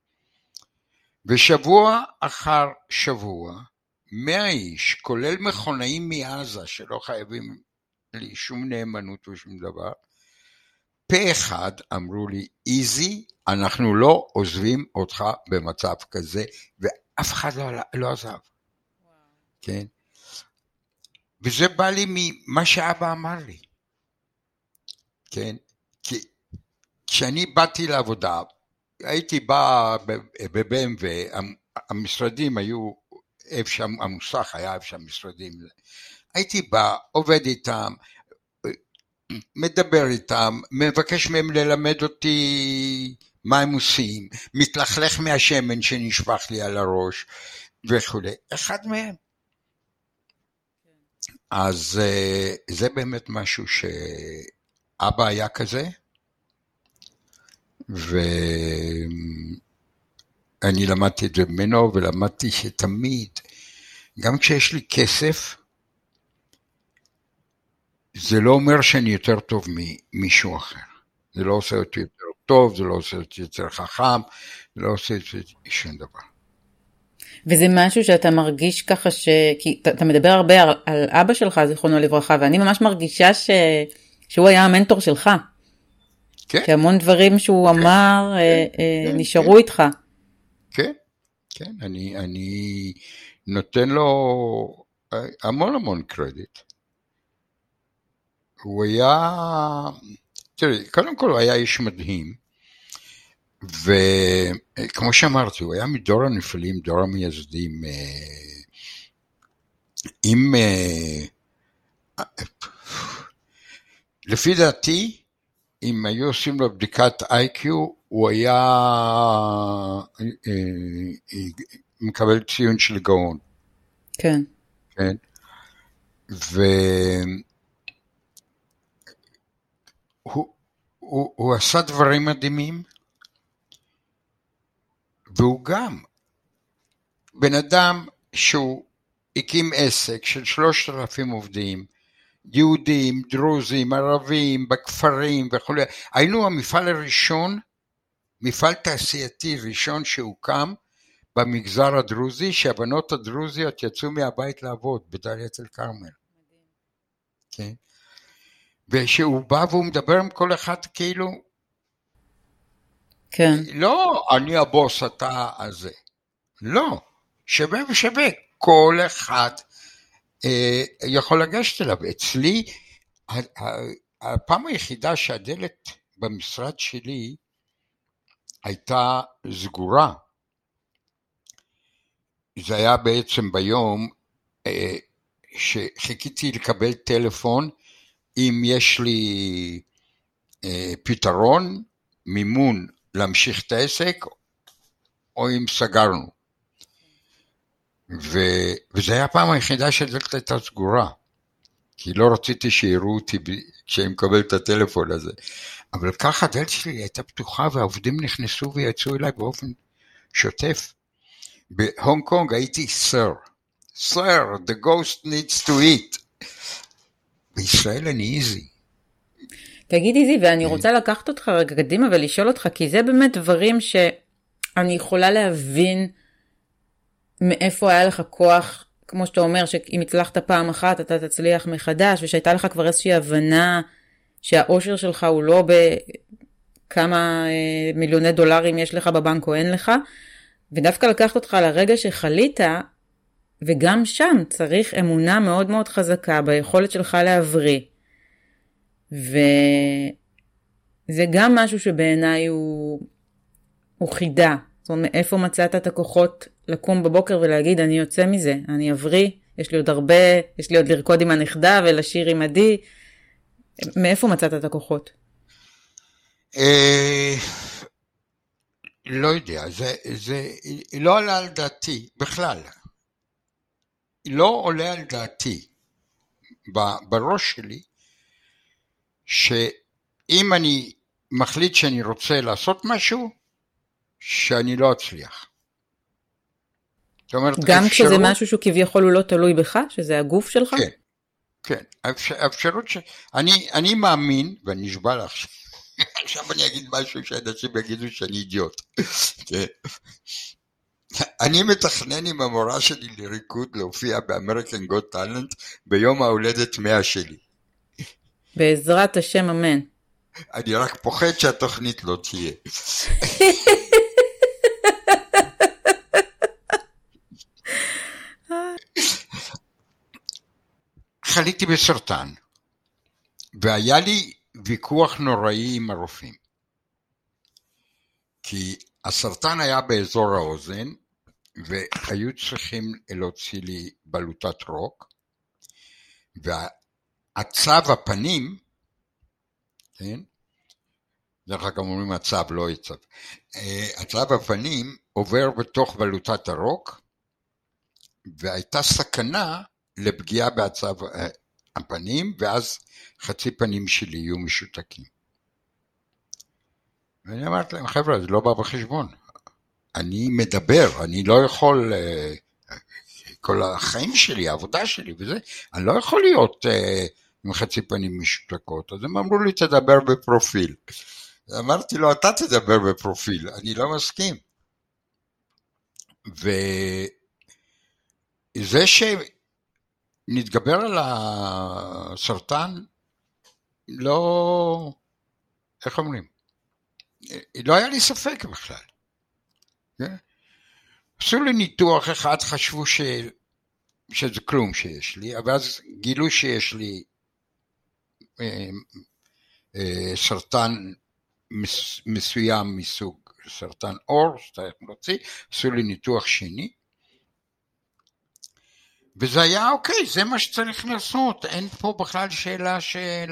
ושבוע אחר שבוע, 100 איש, כולל מכונאים מעזה, שלא חייבים לי שום נאמנות ושום דבר, פה אחד אמרו לי, איזי, אנחנו לא עוזבים אותך במצב כזה, ואף אחד לא עזב. כן? וזה בא לי ממה שאבא אמר לי. כן? כי כשאני באתי לעבודה, הייתי בא ב-BMW, המשרדים היו, איפה שהמוסך היה איפה שהמשרדים, הייתי בא, עובד איתם, מדבר איתם, מבקש מהם ללמד אותי מה הם עושים, מתלכלך מהשמן שנשפך לי על הראש וכו'. אחד מהם. אז זה באמת משהו שאבא היה כזה, ואני למדתי את זה ממנו, ולמדתי שתמיד, גם כשיש לי כסף, זה לא אומר שאני יותר טוב ממישהו אחר. זה לא עושה אותי יותר טוב, זה לא עושה אותי יותר חכם, זה לא עושה אותי שום דבר. וזה משהו שאתה מרגיש ככה כי אתה מדבר הרבה על אבא שלך, זיכרונו לברכה, ואני ממש מרגישה שהוא היה המנטור שלך. כן. שהמון דברים שהוא אמר נשארו איתך. כן, כן, אני נותן לו המון קרדיט. הוא היה, תראי, קודם כל הוא היה איש מדהים, וכמו שאמרתי, הוא היה מדור הנפלים, דור המייסדים, עם, לפי דעתי, אם היו עושים לו בדיקת IQ, הוא היה מקבל ציון של גאון. כן. כן. הוא עשה דברים מדהימים, והוא גם בן אדם שהוא הקים עסק של 3,000 עובדים, יהודים, דרוזים, ערבים, בכפרים וכו'. היינו המפעל הראשון, מפעל תעשייתי ראשון שהוקם במגזר הדרוזי, שהבנות הדרוזיות יצאו מהבית לעבוד בדאלית אל כרמל. כן. ושהוא בא והוא מדבר עם כל אחד כאילו, כן. לא, אני הבוס, אתה הזה. לא, שווה ושווה. כל אחד יכול לגשת אליו. אצלי, הפעם היחידה שהדלת במשרד שלי הייתה סגורה. זה היה בעצם ביום שחיכיתי לקבל טלפון, אם יש לי פתרון, מימון להמשיך את העסק, או אם סגרנו. וזה היה הפעם היחידה שהדלת הייתה סגורה, כי לא רציתי שיראו אותי כשאני מקבל את הטלפון הזה. אבל ככה הדלת שלי הייתה פתוחה, והעובדים נכנסו ויצאו אליי באופן שוטף. בהונג קונג הייתי Sir, the ghost needs to eat. בישראל אני איזי. תגיד איזי, ואני רוצה לקחת אותך רגע קדימה ולשאול אותך, כי זה באמת דברים שאני יכולה להבין מאיפה היה לך כוח, כמו שאתה אומר, שאם הצלחת פעם אחת, אתה תצליח מחדש, ושהייתה לך כבר איזושהי הבנה שהאושר שלך הוא לא בכמה מיליוני דולרים יש לך בבנק או אין לך, ודווקא לקחת אותך לרגע שחלית, וגם שם צריך אמונה מאוד מאוד חזקה ביכולת שלך להבריא. וזה גם משהו שבעיניי הוא חידה. זאת אומרת, מאיפה מצאת את הכוחות לקום בבוקר ולהגיד, אני יוצא מזה, אני אבריא, יש לי עוד הרבה, יש לי עוד לרקוד עם הנכדה ולשיר עם עדי. מאיפה מצאת את הכוחות? לא יודע, זה לא עולה על דעתי, בכלל. לא עולה על דעתי, בראש שלי, שאם אני מחליט שאני רוצה לעשות משהו, שאני לא אצליח. זאת אומרת, גם כשזה משהו שהוא כביכול הוא לא תלוי בך, שזה הגוף שלך? כן, כן. האפשרות אני מאמין, ואני נשבע לך, עכשיו אני אגיד משהו שאנשים יגידו שאני אידיוט. אני מתכנן עם המורה שלי לריקוד להופיע באמריקן גוט טלנט ביום ההולדת 100 שלי. בעזרת השם אמן. אני רק פוחד שהתוכנית לא תהיה. חליתי בסרטן, והיה לי ויכוח נוראי עם הרופאים. כי הסרטן היה באזור האוזן, והיו צריכים להוציא לי בלוטת רוק, והצב הפנים, כן? דרך אגב אומרים הצב, לא יצב. הצב הפנים עובר בתוך בלוטת הרוק, והייתה סכנה לפגיעה בעצב הפנים, ואז חצי פנים שלי יהיו משותקים. ואני אמרתי להם, חבר'ה, זה לא בא בחשבון. אני מדבר, אני לא יכול, כל החיים שלי, העבודה שלי וזה, אני לא יכול להיות עם חצי פנים משותקות. אז הם אמרו לי, תדבר בפרופיל. אמרתי לו, אתה תדבר בפרופיל, אני לא מסכים. וזה שנתגבר על הסרטן, לא, איך אומרים? לא היה לי ספק בכלל. עשו לי ניתוח אחד, חשבו שזה כלום שיש לי, אבל אז גילו שיש לי סרטן מסוים מסוג סרטן עור, עשו לי ניתוח שני, וזה היה אוקיי, זה מה שצריך לעשות, אין פה בכלל שאלה של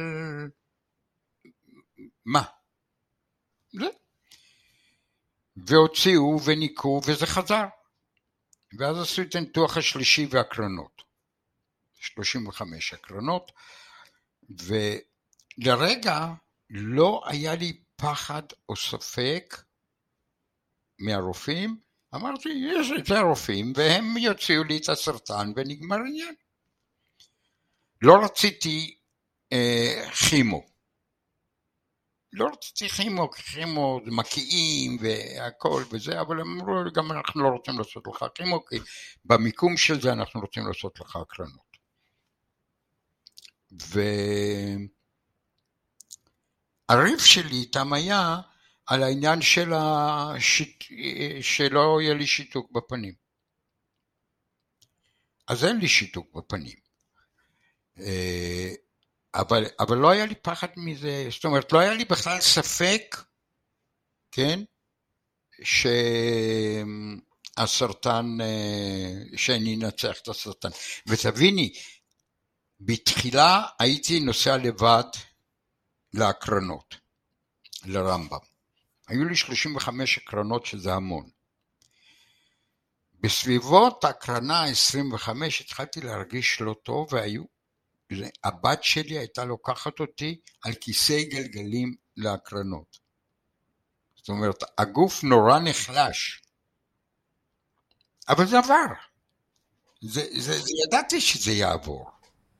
מה. זה. והוציאו וניקו וזה חזר. ואז עשו את הניתוח השלישי והקרנות. 35 הקרנות, ולרגע לא היה לי פחד או ספק מהרופאים, אמרתי, יש את הרופאים, והם יוציאו לי את הסרטן ונגמר עניין. לא רציתי כימו. לא רציתי כימו, כי כימו זה מקיאים והכל וזה, אבל הם אמרו, גם אנחנו לא רוצים לעשות לך כימו, כי במיקום של זה אנחנו רוצים לעשות לך הקרנות. והריב שלי איתם היה על העניין שלא יהיה לי שיתוק בפנים. אז אין לי שיתוק בפנים. אבל לא היה לי פחד מזה, זאת אומרת, לא היה לי בכלל ספק, כן, שהסרטן, שאני אנצח את הסרטן. ותביני, בתחילה הייתי נוסע לבד להקרנות, לרמב"ם. היו לי 35 הקרנות שזה המון. בסביבות הקרנה 25 התחלתי להרגיש לא טוב, הבת שלי הייתה לוקחת אותי על כיסא גלגלים להקרנות. זאת אומרת, הגוף נורא נחלש. אבל זה עבר. ידעתי שזה יעבור.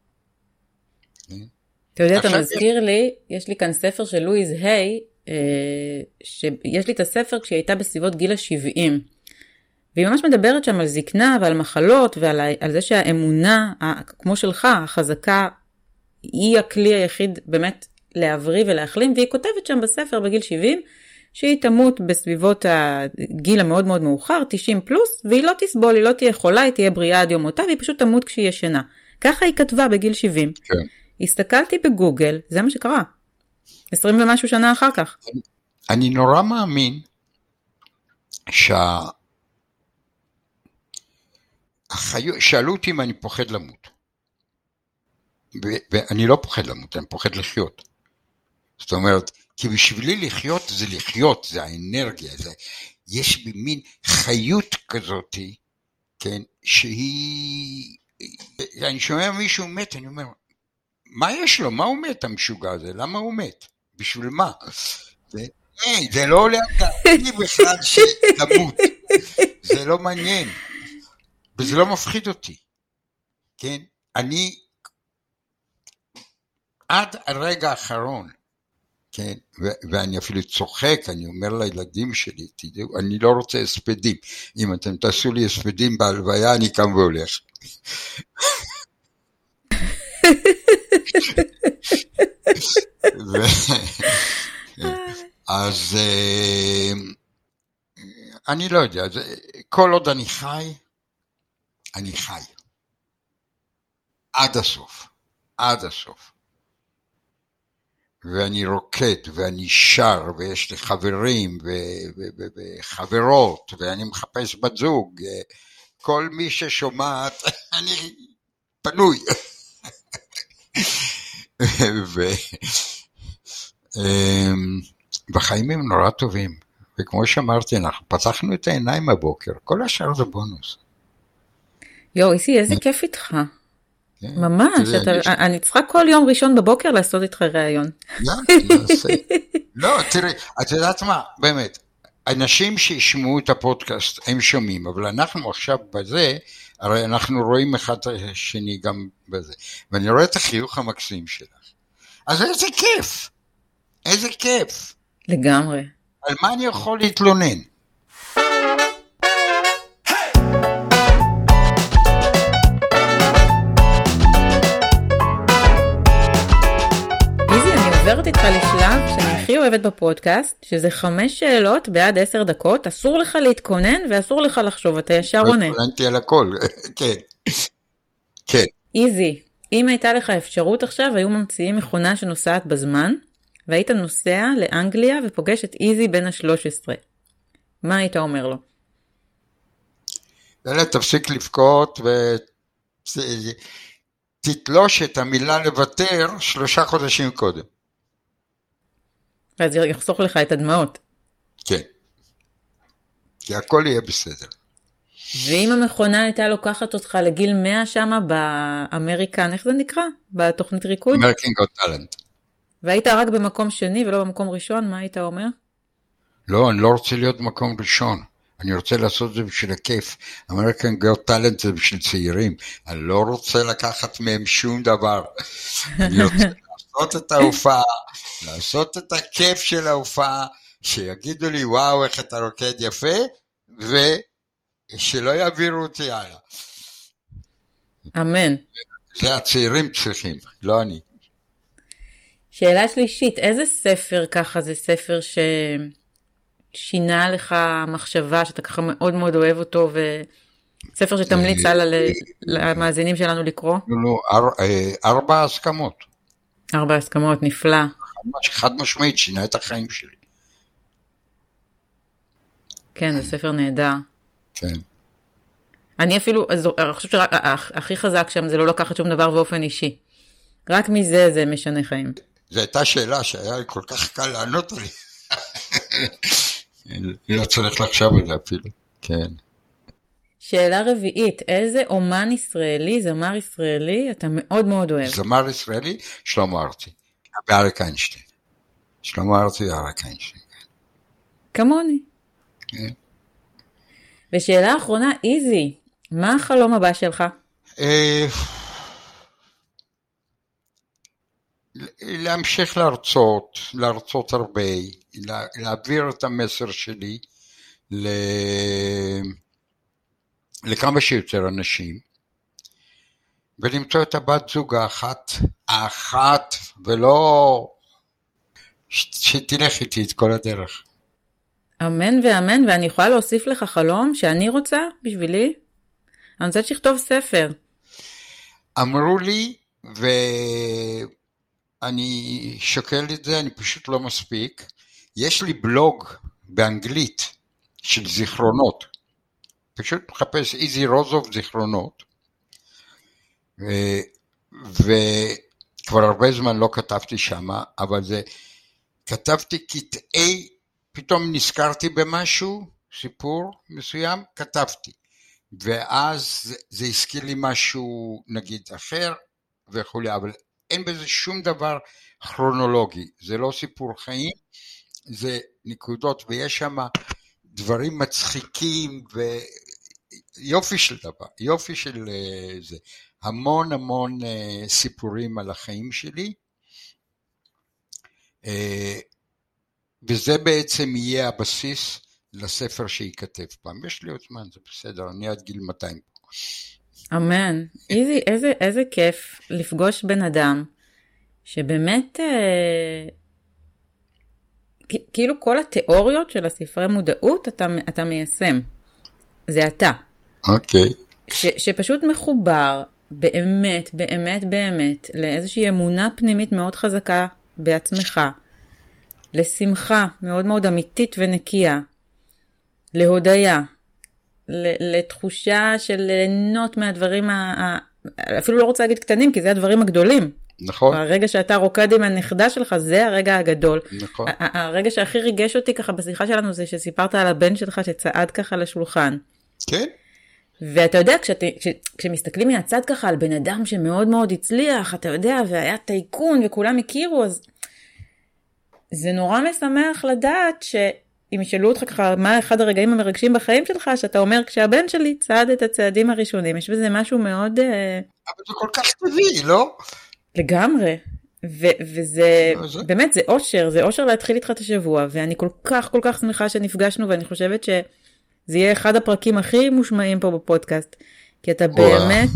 אתה יודע, אתה מזכיר לי, יש לי כאן ספר של לואיז היי, שיש לי את הספר כשהיא הייתה בסביבות גיל ה-70. והיא ממש מדברת שם על זקנה ועל מחלות ועל זה שהאמונה, כמו שלך, החזקה, היא הכלי היחיד באמת להבריא ולהחלים, והיא כותבת שם בספר בגיל 70, שהיא תמות בסביבות הגיל המאוד מאוד מאוחר, 90 פלוס, והיא לא תסבול, היא לא תהיה חולה, היא תהיה בריאה עד יום מותה, והיא פשוט תמות כשהיא ישנה. ככה היא כתבה בגיל 70. כן. הסתכלתי בגוגל, זה מה שקרה. 20 ומשהו שנה אחר כך. אני נורא מאמין שאלו אותי אם אני פוחד למות. ואני לא פוחד למות, אני פוחד לחיות. זאת אומרת, כי בשבילי לחיות זה לחיות, זה האנרגיה, יש בי מין חיות כזאת, כן, שהיא, אני שומע מישהו מת, אני אומר, מה יש לו? מה הוא מת המשוגע הזה? למה הוא מת? בשביל מה? זה לא עולה לי בכלל שלמות. זה לא מעניין. וזה לא מפחיד אותי. כן? אני עד הרגע האחרון, כן? ואני אפילו צוחק, אני אומר לילדים שלי, תדעו, אני לא רוצה הספדים. אם אתם תעשו לי הספדים בהלוויה, אני קם והולך. אז אני לא יודע, כל עוד אני חי, אני חי. עד הסוף. עד הסוף. ואני רוקד, ואני שר, ויש לי חברים וחברות, ואני מחפש בת זוג. כל מי ששומעת, אני פנוי. והחיים הם נורא טובים. וכמו שאמרתי, אנחנו פתחנו את העיניים הבוקר, כל השאר זה בונוס. יו, איסי, איזה כיף איתך. ממש, אני צריכה כל יום ראשון בבוקר לעשות איתך ראיון. לא, תראי, את יודעת מה, באמת, אנשים שישמעו את הפודקאסט, הם שומעים, אבל אנחנו עכשיו בזה, הרי אנחנו רואים אחד השני גם בזה, ואני רואה את החיוך המקסים שלך. אז איזה כיף, איזה כיף. לגמרי. על מה אני יכול להתלונן? עוברת איתך לשלב שאני הכי אוהבת בפודקאסט, שזה 5 שאלות בעד 10 דקות, אסור לך להתכונן ואסור לך לחשוב, אתה ישר עונה. התכוננתי על הכל, כן. כן. איזי, אם הייתה לך אפשרות עכשיו, היו ממציאים מכונה שנוסעת בזמן, והיית נוסע לאנגליה ופוגש את איזי בן ה-13. מה היית אומר לו? תפסיק לבכות ותתלוש את המילה לוותר 3 חודשים קודם. ואז יחסוך לך את הדמעות. כן. כי הכל יהיה בסדר. ואם המכונה הייתה לוקחת אותך לגיל 100 שמה באמריקן, איך זה נקרא? בתוכנית ריקוד? American Got Talent. והיית רק במקום שני ולא במקום ראשון, מה היית אומר? לא, אני לא רוצה להיות במקום ראשון. אני רוצה לעשות את זה בשביל הכיף. American Got Talent זה בשביל צעירים. אני לא רוצה לקחת מהם שום דבר. אני רוצה לעשות את ההופעה, לעשות את הכיף של ההופעה, שיגידו לי, וואו, איך אתה רוקד יפה, ושלא יעבירו אותי הלאה. אמן. זה הצעירים צריכים, לא אני. שאלה שלישית, איזה ספר ככה זה ספר ששינה לך מחשבה, שאתה ככה מאוד מאוד אוהב אותו, וספר שתמליץ למאזינים שלנו לקרוא? לא, 4 הסכמות. 4 הסכמות, נפלא. חד משמעית, שינה את החיים שלי. כן, זה ספר נהדר. כן. אני אפילו, אני חושבת שהכי חזק שם זה לא לקחת שום דבר באופן אישי. רק מזה זה משנה חיים. זו הייתה שאלה שהיה לי כל כך קל לענות עליה. לא צריך לחשוב על זה אפילו. כן. שאלה רביעית, איזה אומן ישראלי, זמר ישראלי, אתה מאוד מאוד אוהב? זמר ישראלי, שלמה ארצי. ואריק איינשטיין. שלמה ארצי ואריק איינשטיין. כמוני. כן. ושאלה אחרונה, איזי, מה החלום הבא שלך? להמשיך להרצות הרבה, להעביר את המסר שלי לכמה שיותר אנשים, ולמצוא את הבת זוג האחת, ולא שתלך איתי את כל הדרך. אמן ואמן, ואני יכולה להוסיף לך חלום שאני רוצה בשבילי? אני רוצה שתכתוב ספר. אמרו לי, ואני שוקל את זה, אני פשוט לא מספיק. יש לי בלוג באנגלית של זיכרונות. פשוט מחפש איזי רוזוב זיכרונות. וכבר הרבה זמן לא כתבתי שמה, אבל כתבתי קטעי, פתאום נזכרתי במשהו, סיפור מסוים, כתבתי. ואז זה הזכיר לי משהו נגיד אחר וכו', אבל אין בזה שום דבר כרונולוגי, זה לא סיפור חיים, זה נקודות, ויש שם דברים מצחיקים ויופי של דבר, יופי של זה, המון המון סיפורים על החיים שלי, וזה בעצם יהיה הבסיס לספר שיכתב פעם. יש לי עוד זמן, זה בסדר, אני עד גיל 200 פה. אמן. איזה כיף לפגוש בן אדם שבאמת כאילו כל התיאוריות של הספרי מודעות אתה מיישם. זה אתה. אוקיי. שפשוט מחובר באמת, באמת, באמת לאיזושהי אמונה פנימית מאוד חזקה בעצמך, לשמחה מאוד מאוד אמיתית ונקייה, להודיה, לתחושה של ליהנות מהדברים, אפילו לא רוצה להגיד קטנים, כי זה הדברים הגדולים. נכון. הרגע שאתה רוקד עם הנכדה שלך, זה הרגע הגדול. נכון. הרגע שהכי ריגש אותי ככה בשיחה שלנו, זה שסיפרת על הבן שלך שצעד ככה לשולחן. כן. ואתה יודע, כשמסתכלים מהצד ככה על בן אדם שמאוד מאוד הצליח, אתה יודע, והיה טייקון וכולם הכירו, אז זה נורא משמח לדעת שאם ישאלו אותך ככה, מה אחד הרגעים המרגשים בחיים שלך, שאתה אומר, כשהבן שלי צעד את הצעדים הראשונים, יש בזה משהו מאוד... אבל זה כל כך טבעי, לא? לגמרי. וזה, באמת, זה אושר להתחיל איתך את השבוע, ואני כל כך שמחה שנפגשנו, ואני חושבת שזה יהיה אחד הפרקים הכי מושמעים פה בפודקאסט, כי אתה באמת,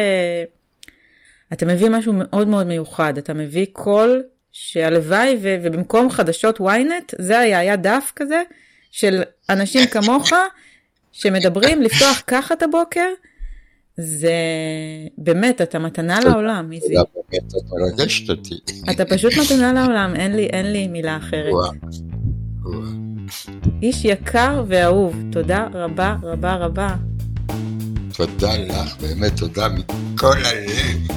אתה מביא משהו מאוד מאוד מיוחד, אתה מביא קול שהלוואי, ובמקום חדשות וויינט, זה היה דף כזה, של אנשים כמוך, שמדברים לפתוח ככה את הבוקר, זה באמת, אתה מתנה לעולם, איזי. באמת, אתה מרגשת אותי. אתה פשוט מתנה לעולם, אין לי מילה אחרת. איש יקר ואהוב, תודה רבה רבה רבה. תודה לך, באמת תודה מכל הלב.